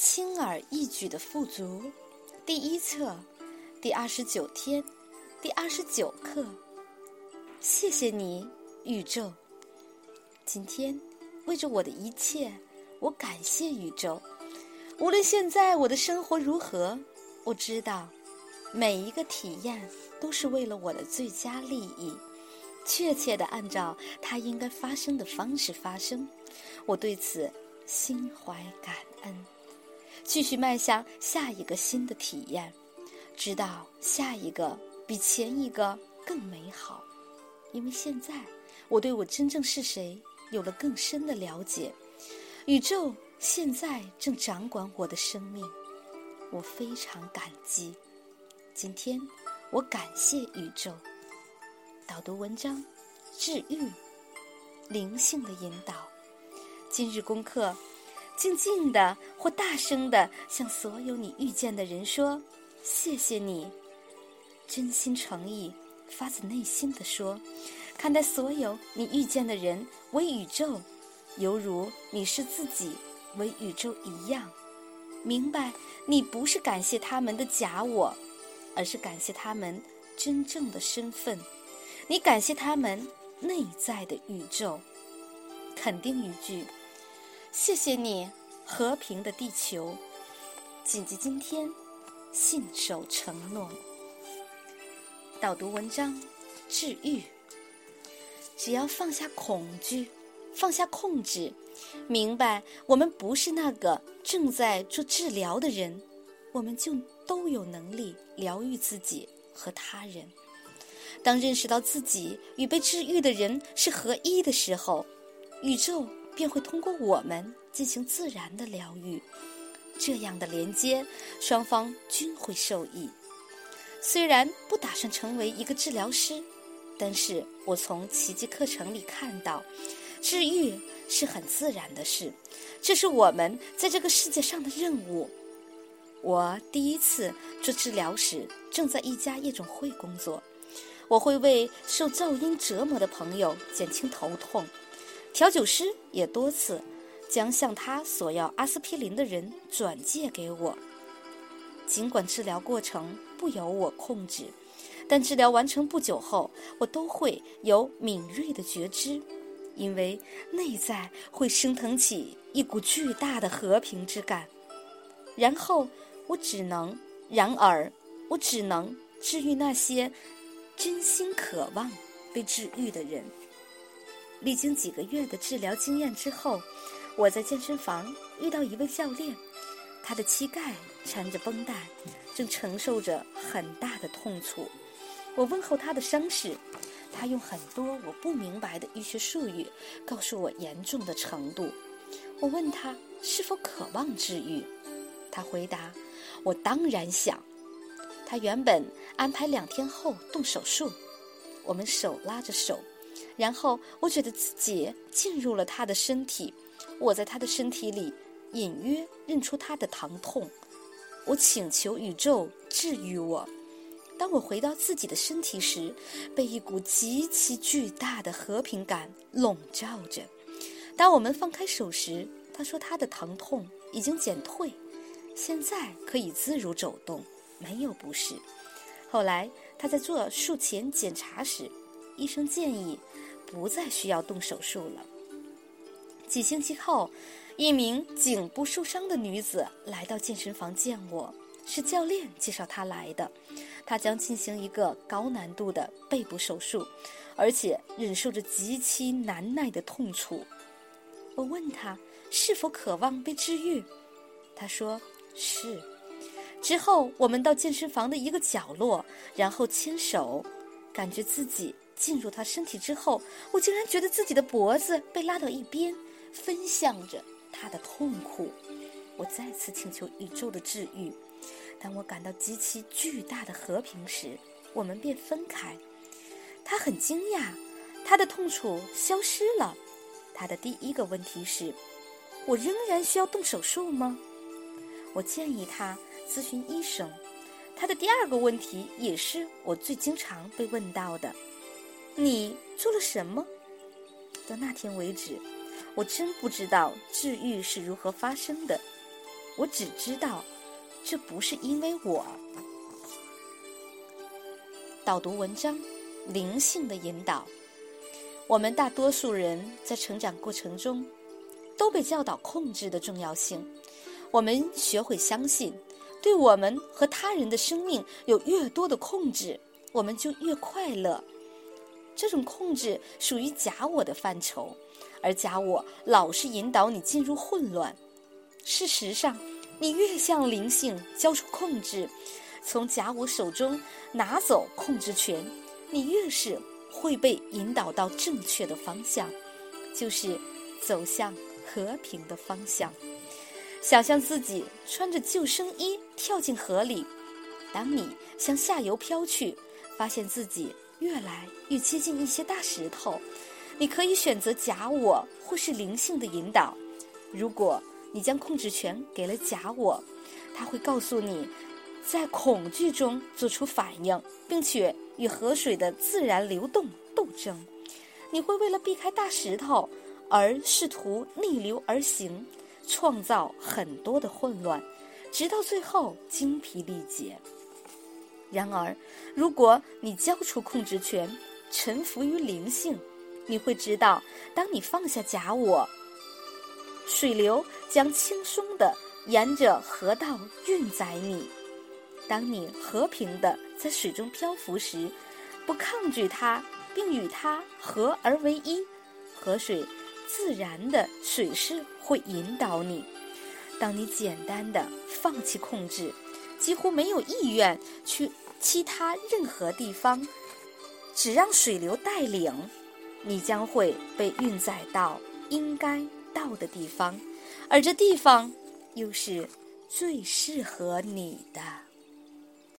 轻而易举的富足，第一册，第29天，第29课。谢谢你，宇宙。今天，为着我的一切，我感谢宇宙。无论现在我的生活如何，我知道，每一个体验都是为了我的最佳利益，确切地按照它应该发生的方式发生。我对此心怀感恩。继续迈向下一个新的体验，直到下一个比前一个更美好。因为现在我对我真正是谁有了更深的了解，宇宙现在正掌管我的生命，我非常感激。今天我感谢宇宙。导读文章：治愈，灵性的引导。今日功课：静静地或大声地向所有你遇见的人说谢谢你，真心诚意，发自内心地说，看待所有你遇见的人为宇宙，犹如你是自己为宇宙一样。明白你不是感谢他们的假我，而是感谢他们真正的身份，你感谢他们内在的宇宙。肯定语句：谢谢你，和平的地球。谨记今天，信守承诺。导读文章：治愈。只要放下恐惧，放下控制，明白我们不是那个正在做治疗的人，我们就都有能力疗愈自己和他人。当认识到自己与被治愈的人是合一的时候，宇宙便会通过我们进行自然的疗愈，这样的连接，双方均会受益。虽然不打算成为一个治疗师，但是我从奇迹课程里看到，治愈是很自然的事，这是我们在这个世界上的任务。我第一次做治疗时，正在一家夜总会工作，我会为受噪音折磨的朋友减轻头痛，调酒师也多次将向他索要阿司匹林的人转介给我。尽管治疗过程不由我控制，但治疗完成不久后，我都会有敏锐的觉知，因为内在会升腾起一股巨大的和平之感。然而我只能治愈那些真心渴望被治愈的人。历经几个月的治疗经验之后，我在健身房遇到一位教练，他的膝盖缠着绷带，正承受着很大的痛楚。我问候他的伤势，他用很多我不明白的医学术语告诉我严重的程度。我问他是否渴望治愈，他回答：我当然想。他原本安排2天后动手术，我们手拉着手，然后我觉得自己进入了他的身体，我在他的身体里隐约认出他的疼痛。我请求宇宙治愈我。当我回到自己的身体时，被一股极其巨大的和平感笼罩着。当我们放开手时，他说他的疼痛已经减退，现在可以自如走动，没有不适。后来他在做术前检查时，医生建议不再需要动手术了。几星期后，一名颈部受伤的女子来到健身房见我，是教练介绍她来的。她将进行一个高难度的背部手术，而且忍受着极其难耐的痛楚。我问她是否渴望被治愈，她说是。之后我们到健身房的一个角落，然后牵手，感觉自己进入她身体之后，我竟然觉得自己的脖子被拉到一边，分享着她的痛苦。我再次请求宇宙的治愈。当我感到极其巨大的和平时，我们便分开。他很惊讶，他的痛楚消失了。他的第一个问题是：我仍然需要动手术吗？我建议他咨询医生。他的第二个问题也是我最经常被问到的：你做了什么？到那天为止，我真不知道治愈是如何发生的。 我只知道这不是因为我。导读文章，灵性的引导。我们大多数人在成长过程中都被教导控制的重要性，我们学会相信，对我们和他人的生命有越多的控制，我们就越快乐。这种控制属于假我的范畴，而假我老是引导你进入混乱。事实上，你越向灵性交出控制，从假我手中拿走控制权，你越是会被引导到正确的方向，就是走向和平的方向。想象自己穿着救生衣跳进河里，当你向下游飘去，发现自己越来越接近一些大石头，你可以选择假我或是灵性的引导。如果你将控制权给了假我，他会告诉你在恐惧中做出反应，并且与河水的自然流动斗争。你会为了避开大石头而试图逆流而行，创造很多的混乱，直到最后精疲力竭。然而，如果你交出控制权，臣服于灵性，你会知道，当你放下假我，水流将轻松地沿着河道运载你。当你和平地在水中漂浮时，不抗拒它，并与它合而为一，河水自然的水势会引导你。当你简单地放弃控制，几乎没有意愿去其他任何地方，只让水流带领，你将会被运载到应该到的地方，而这地方又是最适合你的。